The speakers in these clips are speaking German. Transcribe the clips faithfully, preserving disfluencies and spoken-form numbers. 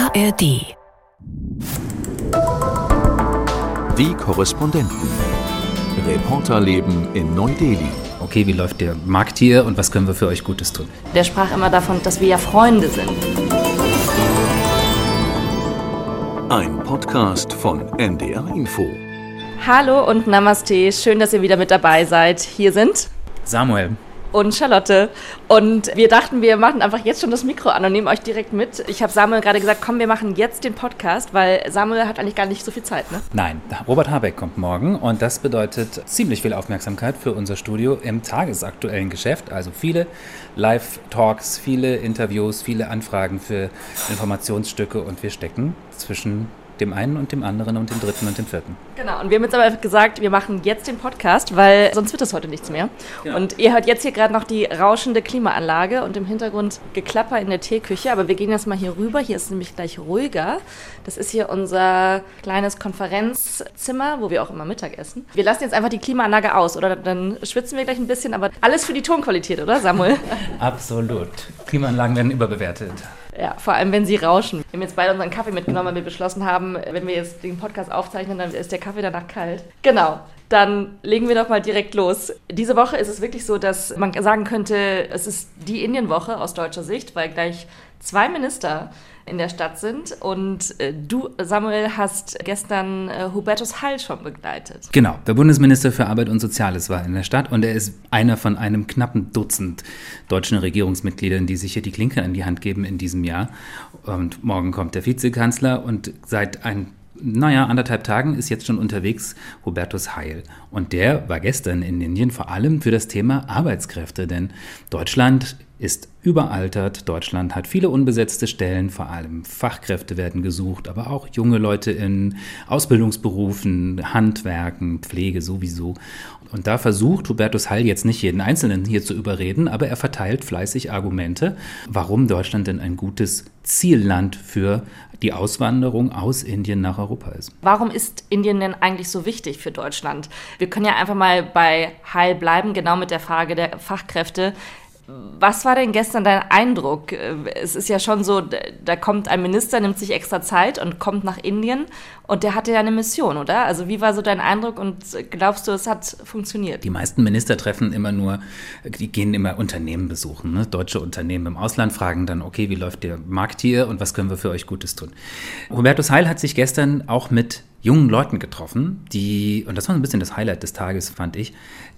A R D. Die Korrespondenten. Reporterleben in Neu-Delhi. Okay, wie läuft der Markt hier und was können wir für euch Gutes tun? Der sprach immer davon, dass wir ja Freunde sind. Ein Podcast von N D R Info. Hallo und Namaste, schön, dass ihr wieder mit dabei seid. Hier sind Samuel und Charlotte. Und wir dachten, wir machen einfach jetzt schon das Mikro an und nehmen euch direkt mit. Ich habe Samuel gerade gesagt, komm, wir machen jetzt den Podcast, weil Samuel hat eigentlich gar nicht so viel Zeit, ne? Nein, Robert Habeck kommt morgen und das bedeutet ziemlich viel Aufmerksamkeit für unser Studio im tagesaktuellen Geschäft. Also viele Live-Talks, viele Interviews, viele Anfragen für Informationsstücke und wir stecken zwischen dem einen und dem anderen und dem dritten und dem vierten. Genau, und wir haben jetzt aber gesagt, wir machen jetzt den Podcast, weil sonst wird das heute nichts mehr. Ja. Und ihr hört jetzt hier gerade noch die rauschende Klimaanlage und im Hintergrund Geklapper in der Teeküche, aber wir gehen jetzt mal hier rüber, hier ist es nämlich gleich ruhiger. Das ist hier unser kleines Konferenzzimmer, wo wir auch immer Mittag essen. Wir lassen jetzt einfach die Klimaanlage aus, oder dann schwitzen wir gleich ein bisschen, aber alles für die Tonqualität, oder Samuel? Absolut. Klimaanlagen werden überbewertet. Ja, vor allem, wenn sie rauschen. Wir haben jetzt beide unseren Kaffee mitgenommen, weil wir beschlossen haben, wenn wir jetzt den Podcast aufzeichnen, dann ist der Kaffee danach kalt. Genau, dann legen wir doch mal direkt los. Diese Woche ist es wirklich so, dass man sagen könnte, es ist die Indienwoche aus deutscher Sicht, weil gleich zwei Minister in der Stadt sind. Und äh, du, Samuel, hast gestern äh, Hubertus Heil schon begleitet. Genau, der Bundesminister für Arbeit und Soziales war in der Stadt und er ist einer von einem knappen Dutzend deutschen Regierungsmitgliedern, die sich hier die Klinke in die Hand geben in diesem Jahr. Und morgen kommt der Vizekanzler und seit ein Naja, anderthalb Tagen ist jetzt schon unterwegs Hubertus Heil. Und der war gestern in Indien vor allem für das Thema Arbeitskräfte, denn Deutschland ist überaltert. Deutschland hat viele unbesetzte Stellen, vor allem Fachkräfte werden gesucht, aber auch junge Leute in Ausbildungsberufen, Handwerken, Pflege sowieso. Und da versucht Hubertus Heil jetzt nicht jeden Einzelnen hier zu überreden, aber er verteilt fleißig Argumente, warum Deutschland denn ein gutes Zielland für die Auswanderung aus Indien nach Europa ist. Warum ist Indien denn eigentlich so wichtig für Deutschland? Wir können ja einfach mal bei Heil bleiben, genau mit der Frage der Fachkräfte. Was war denn gestern dein Eindruck? Es ist ja schon so, da kommt ein Minister, nimmt sich extra Zeit und kommt nach Indien und der hatte ja eine Mission, oder? Also wie war so dein Eindruck und glaubst du, es hat funktioniert? Die meisten Minister treffen immer nur, die gehen immer Unternehmen besuchen, ne? Deutsche Unternehmen im Ausland, fragen dann, okay, wie läuft der Markt hier und was können wir für euch Gutes tun? Hubertus Heil hat sich gestern auch mit jungen Leuten getroffen, die, und das war ein bisschen das Highlight des Tages, fand ich,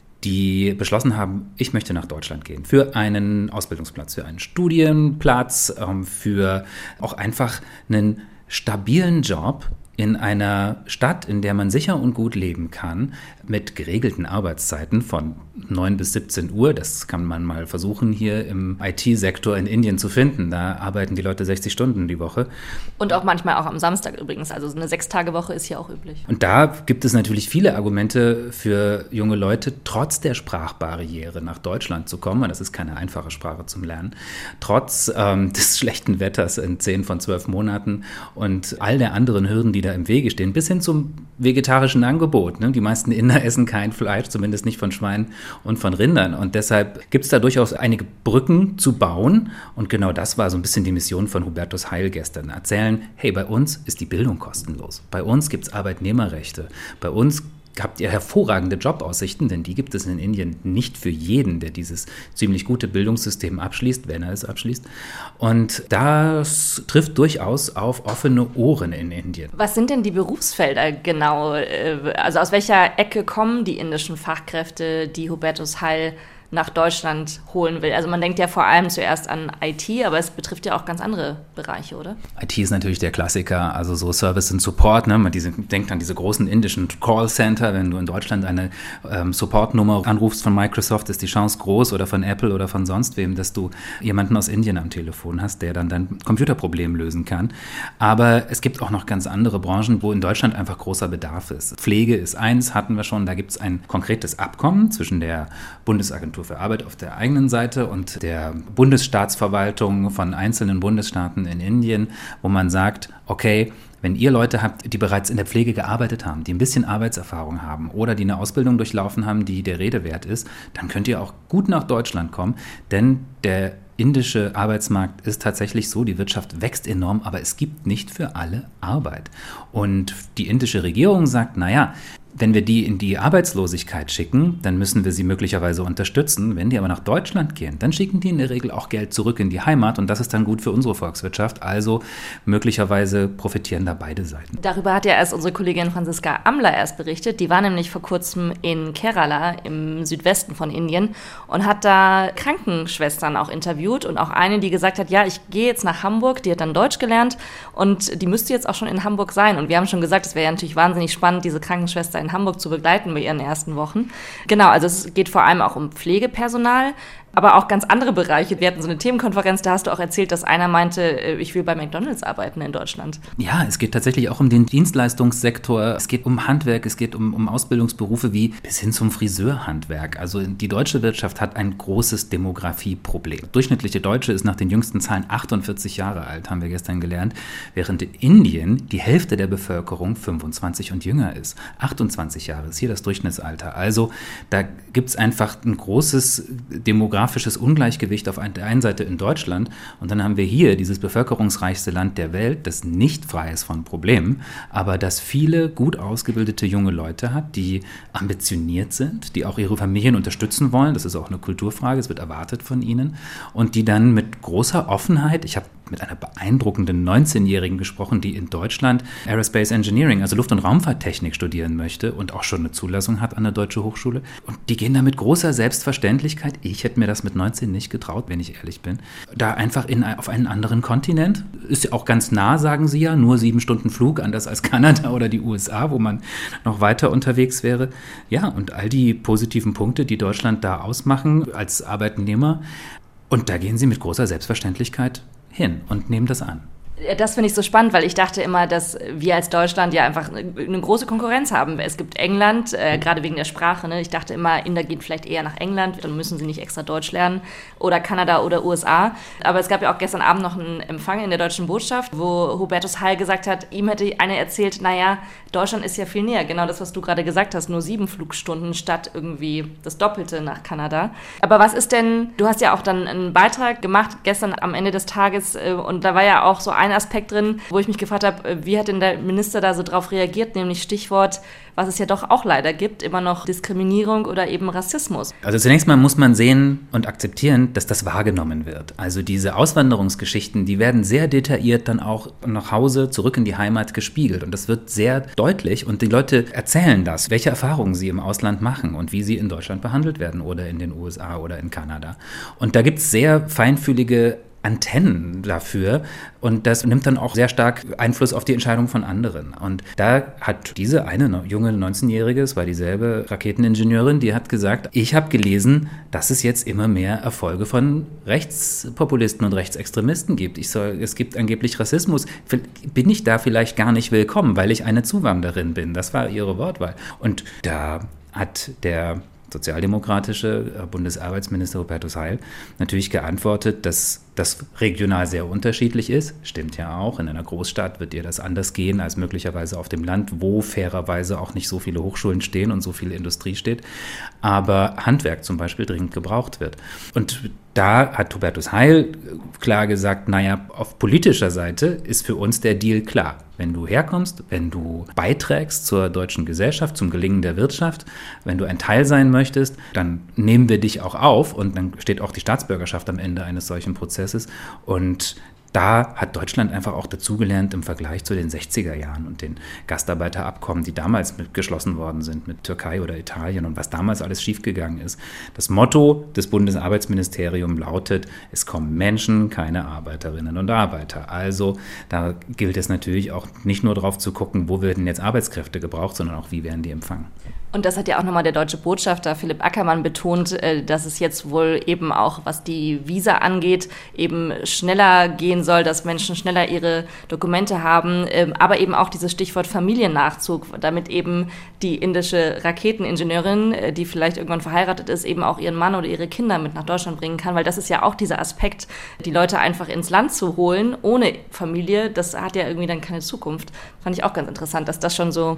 die beschlossen haben, ich möchte nach Deutschland gehen. Für einen Ausbildungsplatz, für einen Studienplatz, für auch einfach einen stabilen Job in einer Stadt, in der man sicher und gut leben kann, mit geregelten Arbeitszeiten von neun bis siebzehn Uhr. Das kann man mal versuchen, hier im I T-Sektor in Indien zu finden. Da arbeiten die Leute sechzig Stunden die Woche. Und auch manchmal auch am Samstag übrigens. Also so eine Sechs-Tage-Woche ist hier auch üblich. Und da gibt es natürlich viele Argumente für junge Leute, trotz der Sprachbarriere nach Deutschland zu kommen. Und das ist keine einfache Sprache zum Lernen. Trotz ähm, des schlechten Wetters in zehn von zwölf Monaten und all der anderen Hürden, die da im Wege stehen, bis hin zum vegetarischen Angebot. Ne? Die meisten Inder essen kein Fleisch, zumindest nicht von Schweinen und von Rindern. Und deshalb gibt es da durchaus einige Brücken zu bauen. Und genau das war so ein bisschen die Mission von Hubertus Heil gestern. Erzählen, hey, bei uns ist die Bildung kostenlos. Bei uns gibt es Arbeitnehmerrechte. Bei uns habt ihr hervorragende Jobaussichten, denn die gibt es in Indien nicht für jeden, der dieses ziemlich gute Bildungssystem abschließt, wenn er es abschließt. Und das trifft durchaus auf offene Ohren in Indien. Was sind denn die Berufsfelder genau? Also aus welcher Ecke kommen die indischen Fachkräfte, die Hubertus Heil nach Deutschland holen will? Also man denkt ja vor allem zuerst an I T, aber es betrifft ja auch ganz andere Bereiche, oder? I T ist natürlich der Klassiker, also so Service und Support. Ne? Man diese, denkt an diese großen indischen Callcenter. Wenn du in Deutschland eine ähm, Supportnummer anrufst von Microsoft, ist die Chance groß oder von Apple oder von sonst wem, dass du jemanden aus Indien am Telefon hast, der dann dein Computerproblem lösen kann. Aber es gibt auch noch ganz andere Branchen, wo in Deutschland einfach großer Bedarf ist. Pflege ist eins, hatten wir schon. Da gibt es ein konkretes Abkommen zwischen der Bundesagentur für Arbeit auf der eigenen Seite und der Bundesstaatsverwaltung von einzelnen Bundesstaaten in Indien, wo man sagt, okay, wenn ihr Leute habt, die bereits in der Pflege gearbeitet haben, die ein bisschen Arbeitserfahrung haben oder die eine Ausbildung durchlaufen haben, die der Rede wert ist, dann könnt ihr auch gut nach Deutschland kommen, denn der indische Arbeitsmarkt ist tatsächlich so, die Wirtschaft wächst enorm, aber es gibt nicht für alle Arbeit. Und die indische Regierung sagt, naja, wenn wir die in die Arbeitslosigkeit schicken, dann müssen wir sie möglicherweise unterstützen. Wenn die aber nach Deutschland gehen, dann schicken die in der Regel auch Geld zurück in die Heimat und das ist dann gut für unsere Volkswirtschaft. Also möglicherweise profitieren da beide Seiten. Darüber hat ja erst unsere Kollegin Franziska Amler erst berichtet. Die war nämlich vor kurzem in Kerala im Südwesten von Indien und hat da Krankenschwestern auch interviewt und auch eine, die gesagt hat, ja, ich gehe jetzt nach Hamburg, die hat dann Deutsch gelernt und die müsste jetzt auch schon in Hamburg sein. Und wir haben schon gesagt, es wäre ja natürlich wahnsinnig spannend, diese Krankenschwester in Hamburg zu begleiten bei ihren ersten Wochen. Genau, also es geht vor allem auch um Pflegepersonal, aber auch ganz andere Bereiche. Wir hatten so eine Themenkonferenz, da hast du auch erzählt, dass einer meinte, ich will bei McDonald's arbeiten in Deutschland. Ja, es geht tatsächlich auch um den Dienstleistungssektor. Es geht um Handwerk, es geht um, um Ausbildungsberufe wie bis hin zum Friseurhandwerk. Also die deutsche Wirtschaft hat ein großes Demografieproblem. Durchschnittliche Deutsche ist nach den jüngsten Zahlen achtundvierzig Jahre alt, haben wir gestern gelernt, während in Indien die Hälfte der Bevölkerung fünfundzwanzig und jünger ist. achtundzwanzig Jahre ist hier das Durchschnittsalter. Also da gibt es einfach ein großes demografisches Ungleichgewicht auf der einen Seite in Deutschland und dann haben wir hier dieses bevölkerungsreichste Land der Welt, das nicht frei ist von Problemen, aber das viele gut ausgebildete junge Leute hat, die ambitioniert sind, die auch ihre Familien unterstützen wollen. Das ist auch eine Kulturfrage, es wird erwartet von ihnen und die dann mit großer Offenheit, ich habe mit einer beeindruckenden neunzehnjährigen gesprochen, die in Deutschland Aerospace Engineering, also Luft- und Raumfahrttechnik studieren möchte und auch schon eine Zulassung hat an der Deutschen Hochschule. Und die gehen da mit großer Selbstverständlichkeit, ich hätte mir das mit neunzehn nicht getraut, wenn ich ehrlich bin, da einfach in, auf einen anderen Kontinent. Ist ja auch ganz nah, sagen sie ja, nur sieben Stunden Flug, anders als Kanada oder die U S A, wo man noch weiter unterwegs wäre. Ja, und all die positiven Punkte, die Deutschland da ausmachen als Arbeitnehmer. Und da gehen sie mit großer Selbstverständlichkeit hin und nehmen das an. Das finde ich so spannend, weil ich dachte immer, dass wir als Deutschland ja einfach eine große Konkurrenz haben. Es gibt England, äh, gerade wegen der Sprache. Ne? Ich dachte immer, Inder gehen vielleicht eher nach England, dann müssen sie nicht extra Deutsch lernen. Oder Kanada oder U S A. Aber es gab ja auch gestern Abend noch einen Empfang in der Deutschen Botschaft, wo Hubertus Heil gesagt hat, ihm hätte eine erzählt, naja, Deutschland ist ja viel näher. Genau das, was du gerade gesagt hast, nur sieben Flugstunden statt irgendwie das Doppelte nach Kanada. Aber was ist denn, du hast ja auch dann einen Beitrag gemacht gestern am Ende des Tages äh, und da war ja auch so ein Aspekt drin, wo ich mich gefragt habe, wie hat denn der Minister da so drauf reagiert, nämlich Stichwort, was es ja doch auch leider gibt, immer noch Diskriminierung oder eben Rassismus. Also zunächst mal muss man sehen und akzeptieren, dass das wahrgenommen wird. Also diese Auswanderungsgeschichten, die werden sehr detailliert dann auch nach Hause, zurück in die Heimat gespiegelt und das wird sehr deutlich und die Leute erzählen das, welche Erfahrungen sie im Ausland machen und wie sie in Deutschland behandelt werden oder in den U S A oder in Kanada. Und da gibt es sehr feinfühlige Antennen dafür und das nimmt dann auch sehr stark Einfluss auf die Entscheidung von anderen. Und da hat diese eine junge neunzehnjährige, es war dieselbe Raketeningenieurin, die hat gesagt, ich habe gelesen, dass es jetzt immer mehr Erfolge von Rechtspopulisten und Rechtsextremisten gibt. Ich soll, es gibt angeblich Rassismus. Bin ich da vielleicht gar nicht willkommen, weil ich eine Zuwanderin bin? Das war ihre Wortwahl. Und da hat der sozialdemokratische Bundesarbeitsminister Hubertus Heil natürlich geantwortet, dass das regional sehr unterschiedlich ist. Stimmt ja auch, in einer Großstadt wird dir das anders gehen als möglicherweise auf dem Land, wo fairerweise auch nicht so viele Hochschulen stehen und so viel Industrie steht, aber Handwerk zum Beispiel dringend gebraucht wird. Und da hat Hubertus Heil klar gesagt, naja, auf politischer Seite ist für uns der Deal klar. Wenn du herkommst, wenn du beiträgst zur deutschen Gesellschaft, zum Gelingen der Wirtschaft, wenn du ein Teil sein möchtest, dann nehmen wir dich auch auf und dann steht auch die Staatsbürgerschaft am Ende eines solchen Prozesses. Und da hat Deutschland einfach auch dazugelernt im Vergleich zu den sechziger Jahren und den Gastarbeiterabkommen, die damals mit geschlossen worden sind mit Türkei oder Italien und was damals alles schiefgegangen ist. Das Motto des Bundesarbeitsministeriums lautet, es kommen Menschen, keine Arbeiterinnen und Arbeiter. Also da gilt es natürlich auch nicht nur darauf zu gucken, wo werden jetzt Arbeitskräfte gebraucht, sondern auch, wie werden die empfangen. Und das hat ja auch nochmal der deutsche Botschafter Philipp Ackermann betont, dass es jetzt wohl eben auch, was die Visa angeht, eben schneller gehen soll, dass Menschen schneller ihre Dokumente haben, aber eben auch dieses Stichwort Familiennachzug, damit eben die indische Raketeningenieurin, die vielleicht irgendwann verheiratet ist, eben auch ihren Mann oder ihre Kinder mit nach Deutschland bringen kann, weil das ist ja auch dieser Aspekt, die Leute einfach ins Land zu holen, ohne Familie, das hat ja irgendwie dann keine Zukunft. Fand ich auch ganz interessant, dass das schon so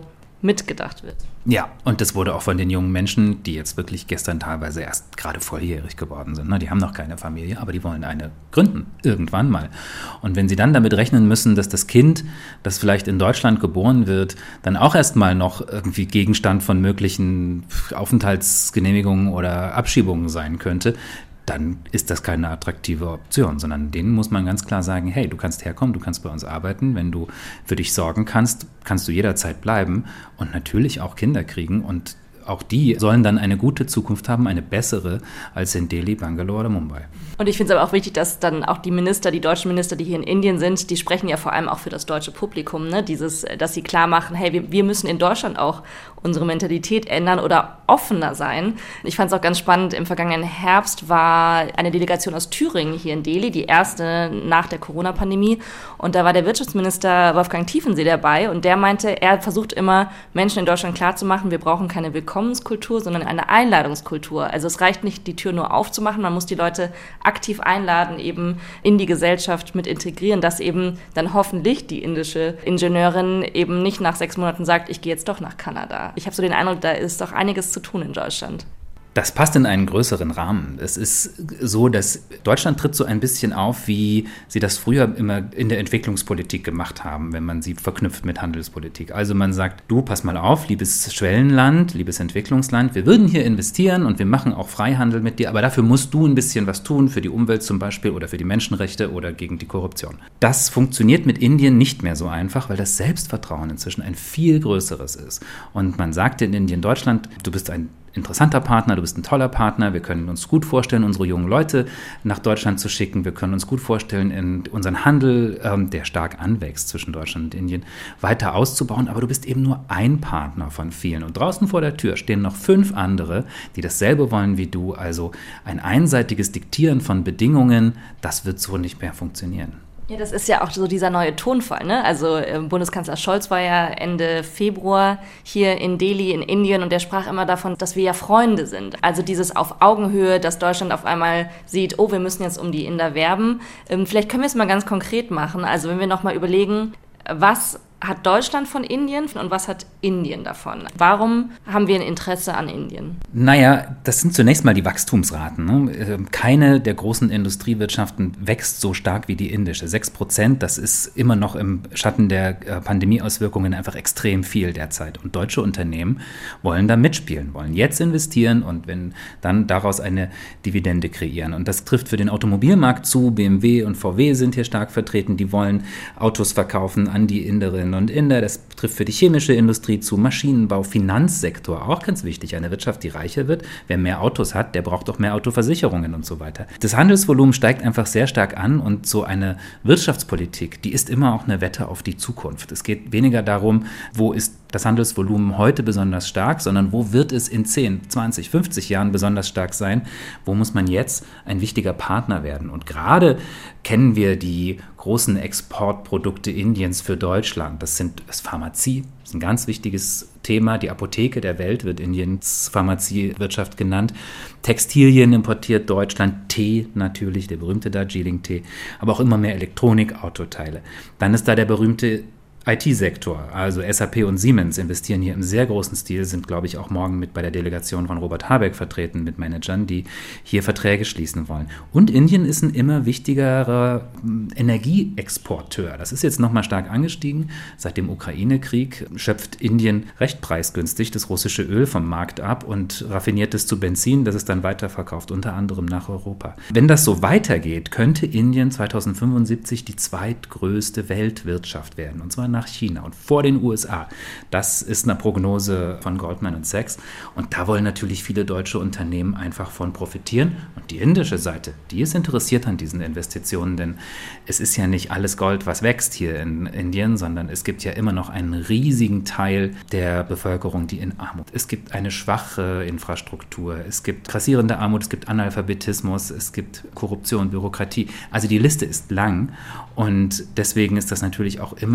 mitgedacht wird. Ja, und das wurde auch von den jungen Menschen, die jetzt wirklich gestern teilweise erst gerade volljährig geworden sind. Ne? Die haben noch keine Familie, aber die wollen eine gründen, irgendwann mal. Und wenn sie dann damit rechnen müssen, dass das Kind, das vielleicht in Deutschland geboren wird, dann auch erstmal noch irgendwie Gegenstand von möglichen Aufenthaltsgenehmigungen oder Abschiebungen sein könnte, dann ist das keine attraktive Option, sondern denen muss man ganz klar sagen, hey, du kannst herkommen, du kannst bei uns arbeiten, wenn du für dich sorgen kannst, kannst du jederzeit bleiben und natürlich auch Kinder kriegen und auch die sollen dann eine gute Zukunft haben, eine bessere als in Delhi, Bangalore oder Mumbai. Und ich finde es aber auch wichtig, dass dann auch die Minister, die deutschen Minister, die hier in Indien sind, die sprechen ja vor allem auch für das deutsche Publikum, ne? Dieses, dass sie klar machen, hey, wir, wir müssen in Deutschland auch unsere Mentalität ändern oder offener sein. Ich fand es auch ganz spannend, im vergangenen Herbst war eine Delegation aus Thüringen hier in Delhi, die erste nach der Corona-Pandemie. Und da war der Wirtschaftsminister Wolfgang Tiefensee dabei und der meinte, er versucht immer, Menschen in Deutschland klarzumachen, wir brauchen keine Willkommenskultur, sondern eine Einladungskultur. Also es reicht nicht, die Tür nur aufzumachen, man muss die Leute aktiv einladen, eben in die Gesellschaft mit integrieren, dass eben dann hoffentlich die indische Ingenieurin eben nicht nach sechs Monaten sagt, ich gehe jetzt doch nach Kanada. Ich habe so den Eindruck, da ist doch einiges zu tun in Deutschland. Das passt in einen größeren Rahmen. Es ist so, dass Deutschland tritt so ein bisschen auf, wie sie das früher immer in der Entwicklungspolitik gemacht haben, wenn man sie verknüpft mit Handelspolitik. Also man sagt, du, pass mal auf, liebes Schwellenland, liebes Entwicklungsland, wir würden hier investieren und wir machen auch Freihandel mit dir, aber dafür musst du ein bisschen was tun, für die Umwelt zum Beispiel oder für die Menschenrechte oder gegen die Korruption. Das funktioniert mit Indien nicht mehr so einfach, weil das Selbstvertrauen inzwischen ein viel größeres ist. Und man sagt in Indien, Deutschland, du bist ein interessanter Partner, du bist ein toller Partner, wir können uns gut vorstellen, unsere jungen Leute nach Deutschland zu schicken, wir können uns gut vorstellen, in unseren Handel, ähm, der stark anwächst zwischen Deutschland und Indien, weiter auszubauen, aber du bist eben nur ein Partner von vielen und draußen vor der Tür stehen noch fünf andere, die dasselbe wollen wie du, also ein einseitiges Diktieren von Bedingungen, das wird so nicht mehr funktionieren. Ja, das ist ja auch so dieser neue Tonfall, ne? Also äh, Bundeskanzler Scholz war ja Ende Februar hier in Delhi in Indien und der sprach immer davon, dass wir ja Freunde sind. Also dieses auf Augenhöhe, dass Deutschland auf einmal sieht, oh, wir müssen jetzt um die Inder werben. Ähm, vielleicht können wir es mal ganz konkret machen. Also wenn wir nochmal überlegen, was hat Deutschland von Indien und was hat Indien davon? Warum haben wir ein Interesse an Indien? Naja, das sind zunächst mal die Wachstumsraten. Ne? Keine der großen Industriewirtschaften wächst so stark wie die indische. Sechs Prozent, das ist immer noch im Schatten der Pandemieauswirkungen einfach extrem viel derzeit. Und deutsche Unternehmen wollen da mitspielen, wollen jetzt investieren und wenn dann daraus eine Dividende kreieren. Und das trifft für den Automobilmarkt zu. B M W und V W sind hier stark vertreten. Die wollen Autos verkaufen an die Inderinnen und Inder. Das trifft für die chemische Industrie zu, Maschinenbau, Finanzsektor, auch ganz wichtig. Eine Wirtschaft, die reicher wird. Wer mehr Autos hat, der braucht auch mehr Autoversicherungen und so weiter. Das Handelsvolumen steigt einfach sehr stark an und so eine Wirtschaftspolitik, die ist immer auch eine Wette auf die Zukunft. Es geht weniger darum, wo ist das Handelsvolumen heute besonders stark, sondern wo wird es in zehn, zwanzig, fünfzig Jahren besonders stark sein? Wo muss man jetzt ein wichtiger Partner werden? Und gerade kennen wir die großen Exportprodukte Indiens für Deutschland. Das sind das Pharmazie, das ist ein ganz wichtiges Thema. Die Apotheke der Welt wird Indiens Pharmaziewirtschaft genannt. Textilien importiert Deutschland, Tee natürlich, der berühmte Darjeeling-Tee, aber auch immer mehr Elektronik, Autoteile. Dann ist da der berühmte I T-Sektor, also S A P und Siemens investieren hier im sehr großen Stil, sind, glaube ich, auch morgen mit bei der Delegation von Robert Habeck vertreten mit Managern, die hier Verträge schließen wollen. Und Indien ist ein immer wichtigerer Energieexporteur. Das ist jetzt nochmal stark angestiegen. Seit dem Ukraine-Krieg schöpft Indien recht preisgünstig das russische Öl vom Markt ab und raffiniert es zu Benzin, das es dann weiterverkauft, unter anderem nach Europa. Wenn das so weitergeht, könnte Indien zweitausendfünfundsiebzig die zweitgrößte Weltwirtschaft werden, und zwar nach China und vor den U S A. Das ist eine Prognose von Goldman und Sachs. Und da wollen natürlich viele deutsche Unternehmen einfach von profitieren. Und die indische Seite, die ist interessiert an diesen Investitionen, denn es ist ja nicht alles Gold, was wächst hier in Indien, sondern es gibt ja immer noch einen riesigen Teil der Bevölkerung, die in Armut ist. Es gibt eine schwache Infrastruktur, es gibt grassierende Armut, es gibt Analphabetismus, es gibt Korruption, Bürokratie. Also die Liste ist lang und deswegen ist das natürlich auch immer mit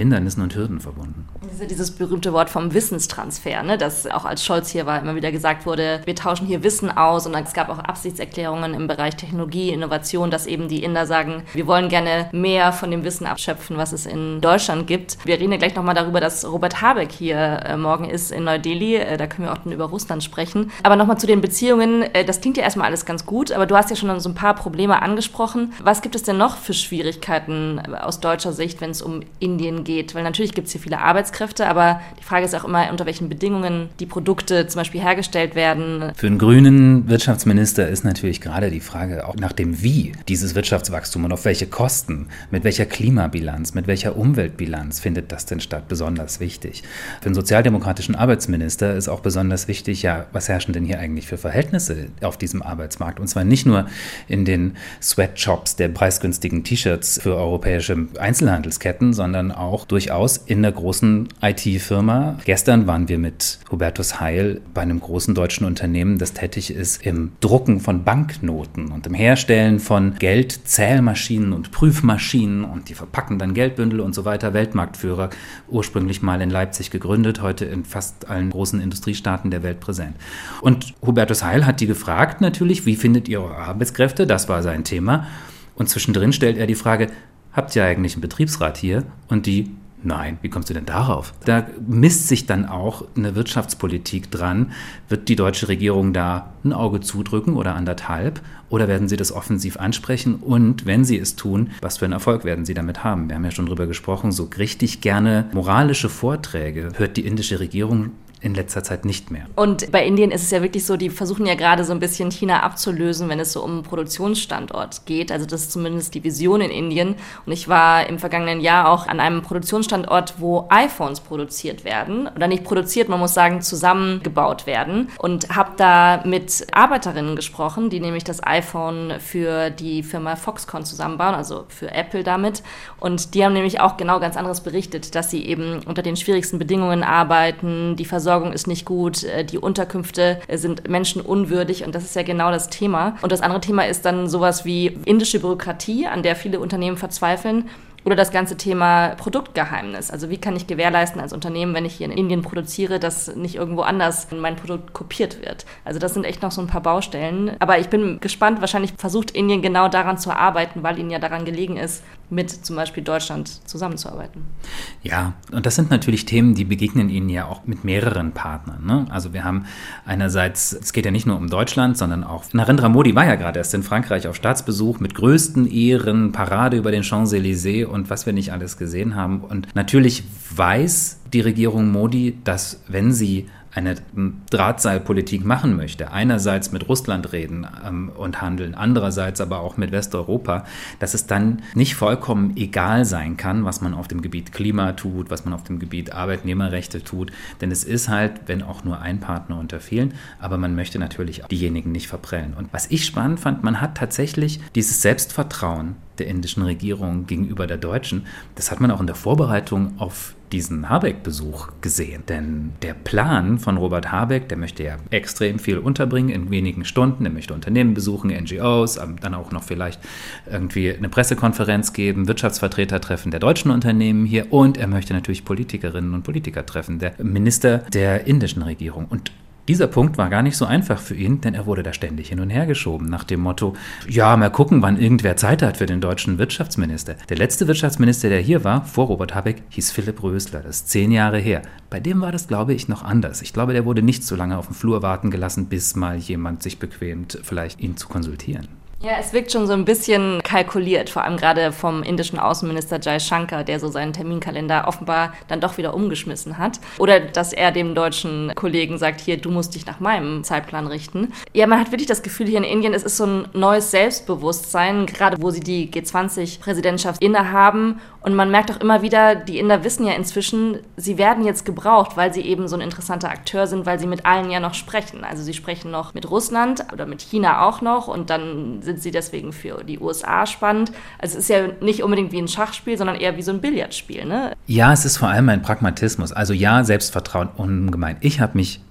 Hindernissen und Hürden verbunden. Das ist ja dieses berühmte Wort vom Wissenstransfer, ne? Das auch als Scholz hier war, immer wieder gesagt wurde, wir tauschen hier Wissen aus, und es gab auch Absichtserklärungen im Bereich Technologie, Innovation, dass eben die Inder sagen, wir wollen gerne mehr von dem Wissen abschöpfen, was es in Deutschland gibt. Wir reden ja gleich nochmal darüber, dass Robert Habeck hier äh, morgen ist in Neu-Delhi, äh, da können wir auch dann über Russland sprechen. Aber nochmal zu den Beziehungen, äh, das klingt ja erstmal alles ganz gut, aber du hast ja schon so ein paar Probleme angesprochen. Was gibt es denn noch für Schwierigkeiten aus deutscher Sicht, wenn es um Indien geht? Weil natürlich gibt es hier viele Arbeitskräfte, aber die Frage ist auch immer, unter welchen Bedingungen die Produkte zum Beispiel hergestellt werden. Für einen grünen Wirtschaftsminister ist natürlich gerade die Frage auch nach dem Wie dieses Wirtschaftswachstum und auf welche Kosten, mit welcher Klimabilanz, mit welcher Umweltbilanz findet das denn statt, besonders wichtig. Für einen sozialdemokratischen Arbeitsminister ist auch besonders wichtig, ja, was herrschen denn hier eigentlich für Verhältnisse auf diesem Arbeitsmarkt? Und zwar nicht nur in den Sweatshops der preisgünstigen T-Shirts für europäische Einzelhandelsketten, sondern auch durchaus in der großen I T-Firma. Gestern waren wir mit Hubertus Heil bei einem großen deutschen Unternehmen, das tätig ist im Drucken von Banknoten und im Herstellen von Geldzählmaschinen und Prüfmaschinen, und die verpacken dann Geldbündel und so weiter. Weltmarktführer, ursprünglich mal in Leipzig gegründet, heute in fast allen großen Industriestaaten der Welt präsent. Und Hubertus Heil hat die gefragt natürlich, wie findet ihr eure Arbeitskräfte? Das war sein Thema. Und zwischendrin stellt er die Frage, habt ihr eigentlich einen Betriebsrat hier? Und die, nein, wie kommst du denn darauf? Da misst sich dann auch eine Wirtschaftspolitik dran. Wird die deutsche Regierung da ein Auge zudrücken oder anderthalb? Oder werden sie das offensiv ansprechen? Und wenn sie es tun, was für einen Erfolg werden sie damit haben? Wir haben ja schon drüber gesprochen, so richtig gerne moralische Vorträge hört die indische Regierung in letzter Zeit nicht mehr. Und bei Indien ist es ja wirklich so, die versuchen ja gerade so ein bisschen China abzulösen, wenn es so um einen Produktionsstandort geht. Also das ist zumindest die Vision in Indien. Und ich war im vergangenen Jahr auch an einem Produktionsstandort, wo iPhones produziert werden. Oder nicht produziert, man muss sagen, zusammengebaut werden. Und habe da mit Arbeiterinnen gesprochen, die nämlich das iPhone für die Firma Foxconn zusammenbauen, also für Apple damit. Und die haben nämlich auch genau ganz anderes berichtet, dass sie eben unter den schwierigsten Bedingungen arbeiten, die Versorgung ist nicht gut, die Unterkünfte sind menschenunwürdig, und das ist ja genau das Thema. Und das andere Thema ist dann sowas wie indische Bürokratie, an der viele Unternehmen verzweifeln. Oder das ganze Thema Produktgeheimnis. Also wie kann ich gewährleisten als Unternehmen, wenn ich hier in Indien produziere, dass nicht irgendwo anders mein Produkt kopiert wird. Also das sind echt noch so ein paar Baustellen. Aber ich bin gespannt, wahrscheinlich versucht Indien genau daran zu arbeiten, weil ihnen ja daran gelegen ist, mit zum Beispiel Deutschland zusammenzuarbeiten. Ja, und das sind natürlich Themen, die begegnen ihnen ja auch mit mehreren Partnern. Ne? Also wir haben einerseits, es geht ja nicht nur um Deutschland, sondern auch, Narendra Modi war ja gerade erst in Frankreich auf Staatsbesuch mit größten Ehren, Parade über den Champs-Élysées und was wir nicht alles gesehen haben. Und natürlich weiß die Regierung Modi, dass wenn sie eine Drahtseilpolitik machen möchte, einerseits mit Russland reden ähm, und handeln, andererseits aber auch mit Westeuropa, dass es dann nicht vollkommen egal sein kann, was man auf dem Gebiet Klima tut, was man auf dem Gebiet Arbeitnehmerrechte tut, denn es ist halt, wenn auch nur ein Partner unter vielen, aber man möchte natürlich auch diejenigen nicht verprellen. Und was ich spannend fand, man hat tatsächlich dieses Selbstvertrauen der indischen Regierung gegenüber der deutschen, das hat man auch in der Vorbereitung auf diesen Habeck-Besuch gesehen. Denn der Plan von Robert Habeck, der möchte ja extrem viel unterbringen in wenigen Stunden. Er möchte Unternehmen besuchen, N G Os, dann auch noch vielleicht irgendwie eine Pressekonferenz geben, Wirtschaftsvertreter treffen der deutschen Unternehmen hier, und er möchte natürlich Politikerinnen und Politiker treffen, der Minister der indischen Regierung. Und dieser Punkt war gar nicht so einfach für ihn, denn er wurde da ständig hin und her geschoben nach dem Motto, ja, mal gucken, wann irgendwer Zeit hat für den deutschen Wirtschaftsminister. Der letzte Wirtschaftsminister, der hier war, vor Robert Habeck, hieß Philipp Rösler. Das ist zehn Jahre her. Bei dem war das, glaube ich, noch anders. Ich glaube, der wurde nicht so lange auf dem Flur warten gelassen, bis mal jemand sich bequemt, vielleicht ihn zu konsultieren. Ja, es wirkt schon so ein bisschen kalkuliert, vor allem gerade vom indischen Außenminister Jai Shankar, der so seinen Terminkalender offenbar dann doch wieder umgeschmissen hat. Oder dass er dem deutschen Kollegen sagt, hier, du musst dich nach meinem Zeitplan richten. Ja, man hat wirklich das Gefühl, hier in Indien, es ist so ein neues Selbstbewusstsein, gerade wo sie die G zwanzig-Präsidentschaft innehaben. Und man merkt auch immer wieder, die Inder wissen ja inzwischen, sie werden jetzt gebraucht, weil sie eben so ein interessanter Akteur sind, weil sie mit allen ja noch sprechen. Also sie sprechen noch mit Russland oder mit China auch noch, und dann sind sie deswegen für die U S A spannend. Also es ist ja nicht unbedingt wie ein Schachspiel, sondern eher wie so ein Billardspiel, ne? Ja, es ist vor allem ein Pragmatismus. Also ja, Selbstvertrauen ungemein. Ich habe mich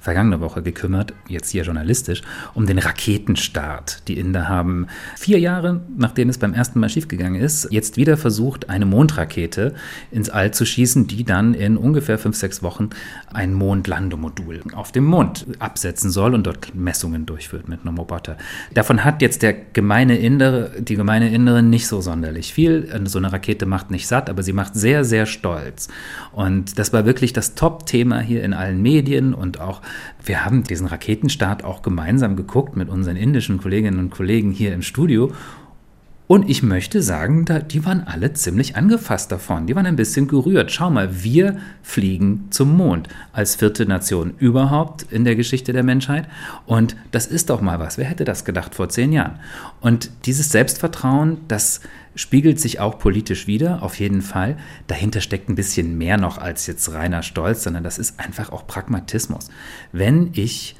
vergangene Woche gekümmert, jetzt hier journalistisch, um den Raketenstart. Die Inder haben vier Jahre, nachdem es beim ersten Mal schiefgegangen ist, jetzt wieder versucht, eine Mondrakete ins All zu schießen, die dann in ungefähr fünf, sechs Wochen ein Mondlandemodul auf dem Mond absetzen soll und dort Messungen durchführt mit einem Roboter. Davon hat jetzt der gemeine Inder, die gemeine Inderin nicht so sonderlich viel. So eine Rakete macht nicht satt, aber sie macht sehr, sehr stolz. Und das war wirklich das Top-Thema hier in allen Medien und auch wir haben diesen Raketenstart auch gemeinsam geguckt mit unseren indischen Kolleginnen und Kollegen hier im Studio. Und ich möchte sagen, die waren alle ziemlich angefasst davon. Die waren ein bisschen gerührt. Schau mal, wir fliegen zum Mond als vierte Nation überhaupt in der Geschichte der Menschheit. Und das ist doch mal was. Wer hätte das gedacht vor zehn Jahren? Und dieses Selbstvertrauen, das spiegelt sich auch politisch wider, auf jeden Fall. Dahinter steckt ein bisschen mehr noch als jetzt reiner Stolz, sondern das ist einfach auch Pragmatismus. Wenn ich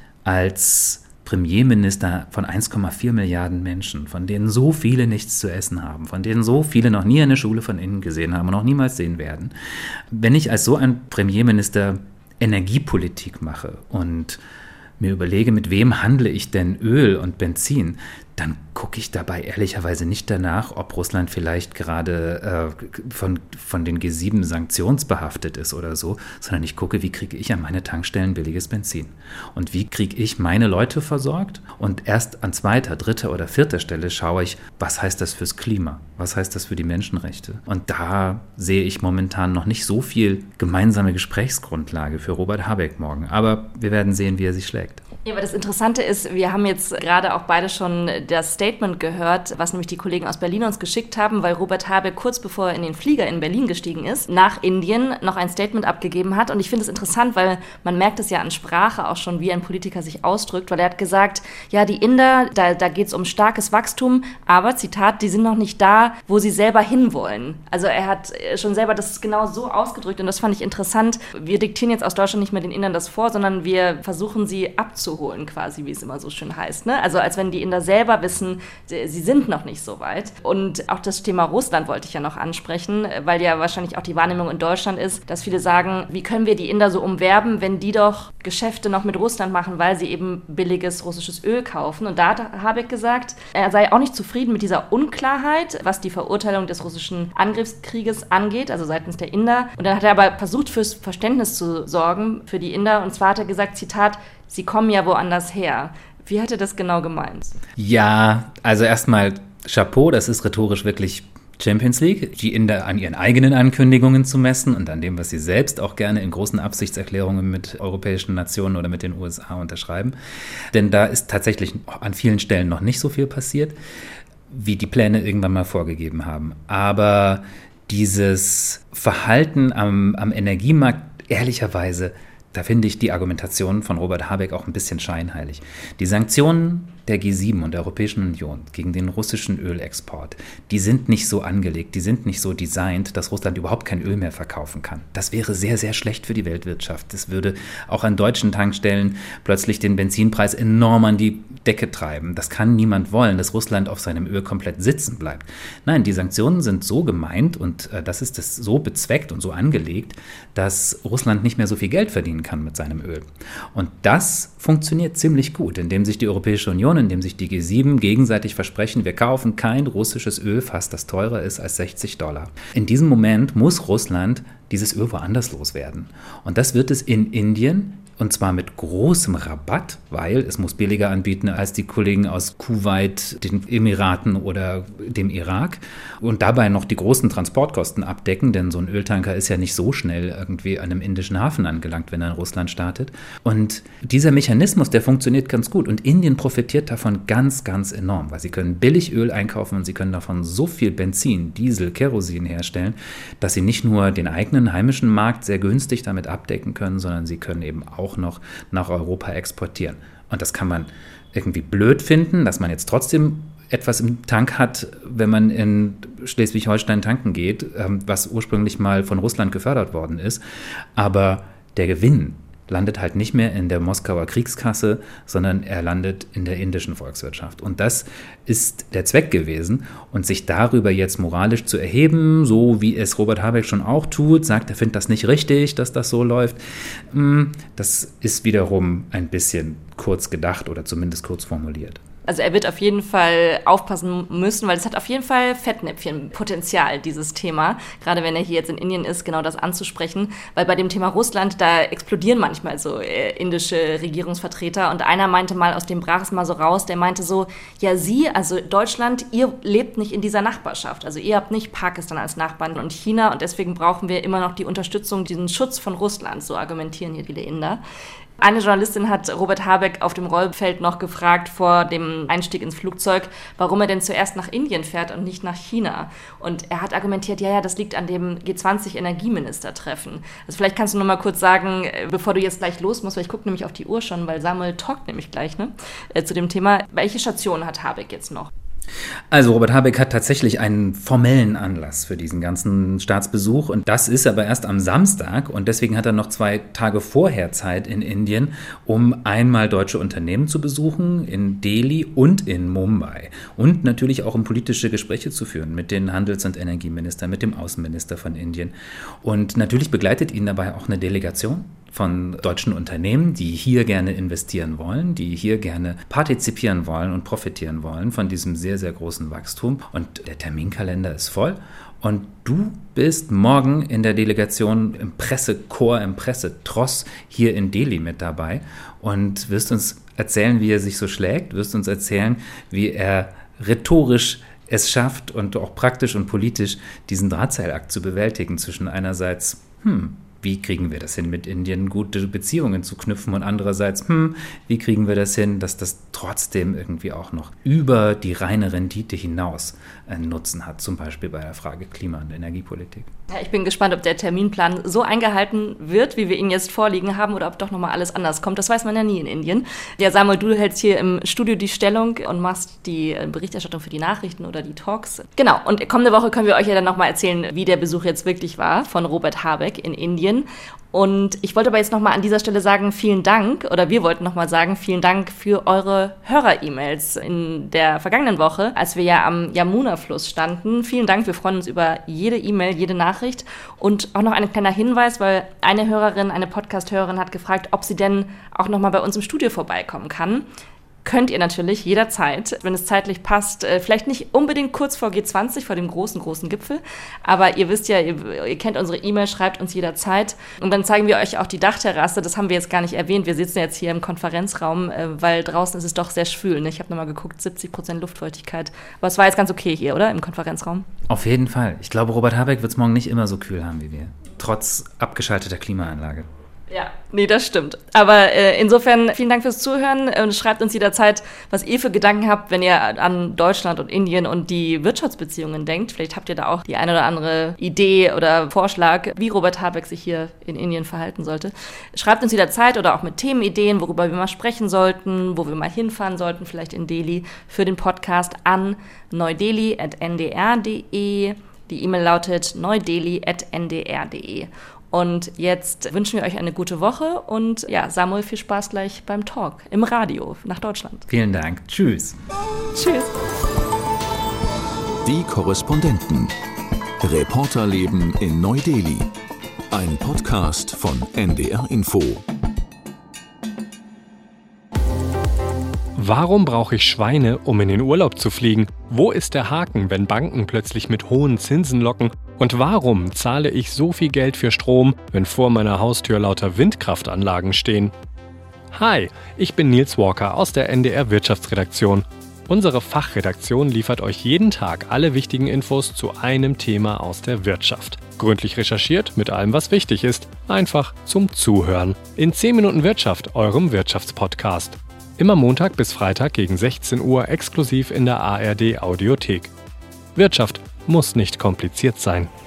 als Premierminister von eins Komma vier Milliarden Menschen, von denen so viele nichts zu essen haben, von denen so viele noch nie eine Schule von innen gesehen haben und noch niemals sehen werden, wenn ich als so ein Premierminister Energiepolitik mache und mir überlege, mit wem handle ich denn Öl und Benzin, dann gucke ich dabei ehrlicherweise nicht danach, ob Russland vielleicht gerade äh, von, von den G sieben sanktionsbehaftet ist oder so, sondern ich gucke, wie kriege ich an meine Tankstellen billiges Benzin und wie kriege ich meine Leute versorgt und erst an zweiter, dritter oder vierter Stelle schaue ich, was heißt das fürs Klima, was heißt das für die Menschenrechte und da sehe ich momentan noch nicht so viel gemeinsame Gesprächsgrundlage für Robert Habeck morgen, aber wir werden sehen, wie er sich schlägt. Ja, aber das Interessante ist, wir haben jetzt gerade auch beide schon das Statement gehört, was nämlich die Kollegen aus Berlin uns geschickt haben, weil Robert Habeck kurz bevor er in den Flieger in Berlin gestiegen ist, nach Indien noch ein Statement abgegeben hat. Und ich finde es interessant, weil man merkt es ja an Sprache auch schon, wie ein Politiker sich ausdrückt, weil er hat gesagt, ja, die Inder, da, da geht es um starkes Wachstum, aber, Zitat, die sind noch nicht da, wo sie selber hinwollen. Also er hat schon selber das genau so ausgedrückt und das fand ich interessant. Wir diktieren jetzt aus Deutschland nicht mehr den Indern das vor, sondern wir versuchen sie abzuholen. holen quasi, wie es immer so schön heißt. Ne? Also als wenn die Inder selber wissen, sie sind noch nicht so weit. Und auch das Thema Russland wollte ich ja noch ansprechen, weil ja wahrscheinlich auch die Wahrnehmung in Deutschland ist, dass viele sagen, wie können wir die Inder so umwerben, wenn die doch Geschäfte noch mit Russland machen, weil sie eben billiges russisches Öl kaufen. Und da hat Habeck gesagt, er sei auch nicht zufrieden mit dieser Unklarheit, was die Verurteilung des russischen Angriffskrieges angeht, also seitens der Inder. Und dann hat er aber versucht, fürs Verständnis zu sorgen für die Inder. Und zwar hat er gesagt, Zitat, sie kommen ja woanders her. Wie hat er das genau gemeint? Ja, also erstmal Chapeau, das ist rhetorisch wirklich Champions League, die Inder an ihren eigenen Ankündigungen zu messen und an dem, was sie selbst auch gerne in großen Absichtserklärungen mit europäischen Nationen oder mit den U S A unterschreiben. Denn da ist tatsächlich an vielen Stellen noch nicht so viel passiert, wie die Pläne irgendwann mal vorgegeben haben. Aber dieses Verhalten am, am Energiemarkt, ehrlicherweise, da finde ich die Argumentation von Robert Habeck auch ein bisschen scheinheilig. Die Sanktionen der G sieben und der Europäischen Union gegen den russischen Ölexport, die sind nicht so angelegt, die sind nicht so designt, dass Russland überhaupt kein Öl mehr verkaufen kann. Das wäre sehr, sehr schlecht für die Weltwirtschaft. Das würde auch an deutschen Tankstellen plötzlich den Benzinpreis enorm an die Decke treiben. Das kann niemand wollen, dass Russland auf seinem Öl komplett sitzen bleibt. Nein, die Sanktionen sind so gemeint und äh, das ist das so bezweckt und so angelegt, dass Russland nicht mehr so viel Geld verdienen kann mit seinem Öl. Und das funktioniert ziemlich gut, indem sich die Europäische Union, indem sich die G sieben gegenseitig versprechen, wir kaufen kein russisches Ölfass, das teurer ist als sechzig Dollar. In diesem Moment muss Russland dieses Öl woanders loswerden. Und das wird es in Indien, und zwar mit großem Rabatt, weil es muss billiger anbieten als die Kollegen aus Kuwait, den Emiraten oder dem Irak und dabei noch die großen Transportkosten abdecken, denn so ein Öltanker ist ja nicht so schnell irgendwie an einem indischen Hafen angelangt, wenn er in Russland startet. Und dieser Mechanismus, der funktioniert ganz gut und Indien profitiert davon ganz, ganz enorm, weil sie können billig Öl einkaufen und sie können davon so viel Benzin, Diesel, Kerosin herstellen, dass sie nicht nur den eigenen heimischen Markt sehr günstig damit abdecken können, sondern sie können eben auch noch nach Europa exportieren. Und das kann man irgendwie blöd finden, dass man jetzt trotzdem etwas im Tank hat, wenn man in Schleswig-Holstein tanken geht, was ursprünglich mal von Russland gefördert worden ist. Aber der Gewinn landet halt nicht mehr in der Moskauer Kriegskasse, sondern er landet in der indischen Volkswirtschaft. Und das ist der Zweck gewesen. Und sich darüber jetzt moralisch zu erheben, so wie es Robert Habeck schon auch tut, sagt, er findet das nicht richtig, dass das so läuft, das ist wiederum ein bisschen kurz gedacht oder zumindest kurz formuliert. Also er wird auf jeden Fall aufpassen müssen, weil es hat auf jeden Fall Fettnäpfchenpotenzial, dieses Thema. Gerade wenn er hier jetzt in Indien ist, genau das anzusprechen. Weil bei dem Thema Russland, da explodieren manchmal so äh, indische Regierungsvertreter. Und einer meinte mal, aus dem brach es mal so raus, der meinte so, ja Sie, also Deutschland, ihr lebt nicht in dieser Nachbarschaft. Also ihr habt nicht Pakistan als Nachbarn und China. Und deswegen brauchen wir immer noch die Unterstützung, diesen Schutz von Russland. So argumentieren hier viele Inder. Eine Journalistin hat Robert Habeck auf dem Rollfeld noch gefragt vor dem Einstieg ins Flugzeug, warum er denn zuerst nach Indien fährt und nicht nach China. Und er hat argumentiert, ja, ja, das liegt an dem G zwanzig Energieministertreffen. Also vielleicht kannst du noch mal kurz sagen, bevor du jetzt gleich los musst, weil ich gucke nämlich auf die Uhr schon, weil Samuel talkt nämlich gleich ne, zu dem Thema. Welche Stationen hat Habeck jetzt noch? Also Robert Habeck hat tatsächlich einen formellen Anlass für diesen ganzen Staatsbesuch und das ist aber erst am Samstag und deswegen hat er noch zwei Tage vorher Zeit in Indien, um einmal deutsche Unternehmen zu besuchen in Delhi und in Mumbai und natürlich auch um politische Gespräche zu führen mit den Handels- und Energieministern, mit dem Außenminister von Indien und natürlich begleitet ihn dabei auch eine Delegation von deutschen Unternehmen, die hier gerne investieren wollen, die hier gerne partizipieren wollen und profitieren wollen von diesem sehr, sehr großen Wachstum. Und der Terminkalender ist voll. Und du bist morgen in der Delegation im Pressekorps, im Pressetross hier in Delhi mit dabei und wirst uns erzählen, wie er sich so schlägt, wirst uns erzählen, wie er rhetorisch es schafft und auch praktisch und politisch diesen Drahtseilakt zu bewältigen zwischen einerseits, hm, wie kriegen wir das hin, mit Indien gute Beziehungen zu knüpfen und andererseits, hm, wie kriegen wir das hin, dass das trotzdem irgendwie auch noch über die reine Rendite hinaus einen Nutzen hat, zum Beispiel bei der Frage Klima- und Energiepolitik. Ja, ich bin gespannt, ob der Terminplan so eingehalten wird, wie wir ihn jetzt vorliegen haben oder ob doch nochmal alles anders kommt. Das weiß man ja nie in Indien. Ja, Samuel, du hältst hier im Studio die Stellung und machst die Berichterstattung für die Nachrichten oder die Talks. Genau, und kommende Woche können wir euch ja dann nochmal erzählen, wie der Besuch jetzt wirklich war von Robert Habeck in Indien. Und ich wollte aber jetzt nochmal an dieser Stelle sagen, vielen Dank, oder wir wollten nochmal sagen, vielen Dank für eure Hörer-E-Mails in der vergangenen Woche, als wir ja am Yamuna-Fluss standen. Vielen Dank, wir freuen uns über jede E-Mail, jede Nachricht. Und auch noch ein kleiner Hinweis, weil eine Hörerin, eine Podcast-Hörerin hat gefragt, ob sie denn auch nochmal bei uns im Studio vorbeikommen kann. Könnt ihr natürlich jederzeit, wenn es zeitlich passt, vielleicht nicht unbedingt kurz vor G zwanzig, vor dem großen, großen Gipfel, aber ihr wisst ja, ihr, ihr kennt unsere E-Mail, schreibt uns jederzeit und dann zeigen wir euch auch die Dachterrasse, das haben wir jetzt gar nicht erwähnt, wir sitzen jetzt hier im Konferenzraum, weil draußen ist es doch sehr schwül, ne? Ich habe nochmal geguckt, siebzig Prozent Luftfeuchtigkeit, aber es war jetzt ganz okay hier, oder, im Konferenzraum? Auf jeden Fall. Ich glaube, Robert Habeck wird es morgen nicht immer so kühl haben wie wir, trotz abgeschalteter Klimaanlage. Ja, nee, das stimmt. Aber äh, insofern vielen Dank fürs Zuhören und schreibt uns jederzeit, was ihr für Gedanken habt, wenn ihr an Deutschland und Indien und die Wirtschaftsbeziehungen denkt. Vielleicht habt ihr da auch die eine oder andere Idee oder Vorschlag, wie Robert Habeck sich hier in Indien verhalten sollte. Schreibt uns jederzeit oder auch mit Themenideen, worüber wir mal sprechen sollten, wo wir mal hinfahren sollten, vielleicht in Delhi, für den Podcast an neudeli at n d r punkt d e. Die E-Mail lautet neudeli at n d r punkt d e. Und jetzt wünschen wir euch eine gute Woche und ja, Samuel, viel Spaß gleich beim Talk im Radio nach Deutschland. Vielen Dank. Tschüss. Tschüss. Die Korrespondenten. Reporterleben in Neu-Delhi. Ein Podcast von N D R Info. Warum brauche ich Schweine, um in den Urlaub zu fliegen? Wo ist der Haken, wenn Banken plötzlich mit hohen Zinsen locken? Und warum zahle ich so viel Geld für Strom, wenn vor meiner Haustür lauter Windkraftanlagen stehen? Hi, ich bin Nils Walker aus der N D R Wirtschaftsredaktion. Unsere Fachredaktion liefert euch jeden Tag alle wichtigen Infos zu einem Thema aus der Wirtschaft. Gründlich recherchiert mit allem, was wichtig ist. Einfach zum Zuhören. In zehn Minuten Wirtschaft, eurem Wirtschaftspodcast. Immer Montag bis Freitag gegen sechzehn Uhr exklusiv in der A R D Audiothek. Wirtschaft muss nicht kompliziert sein.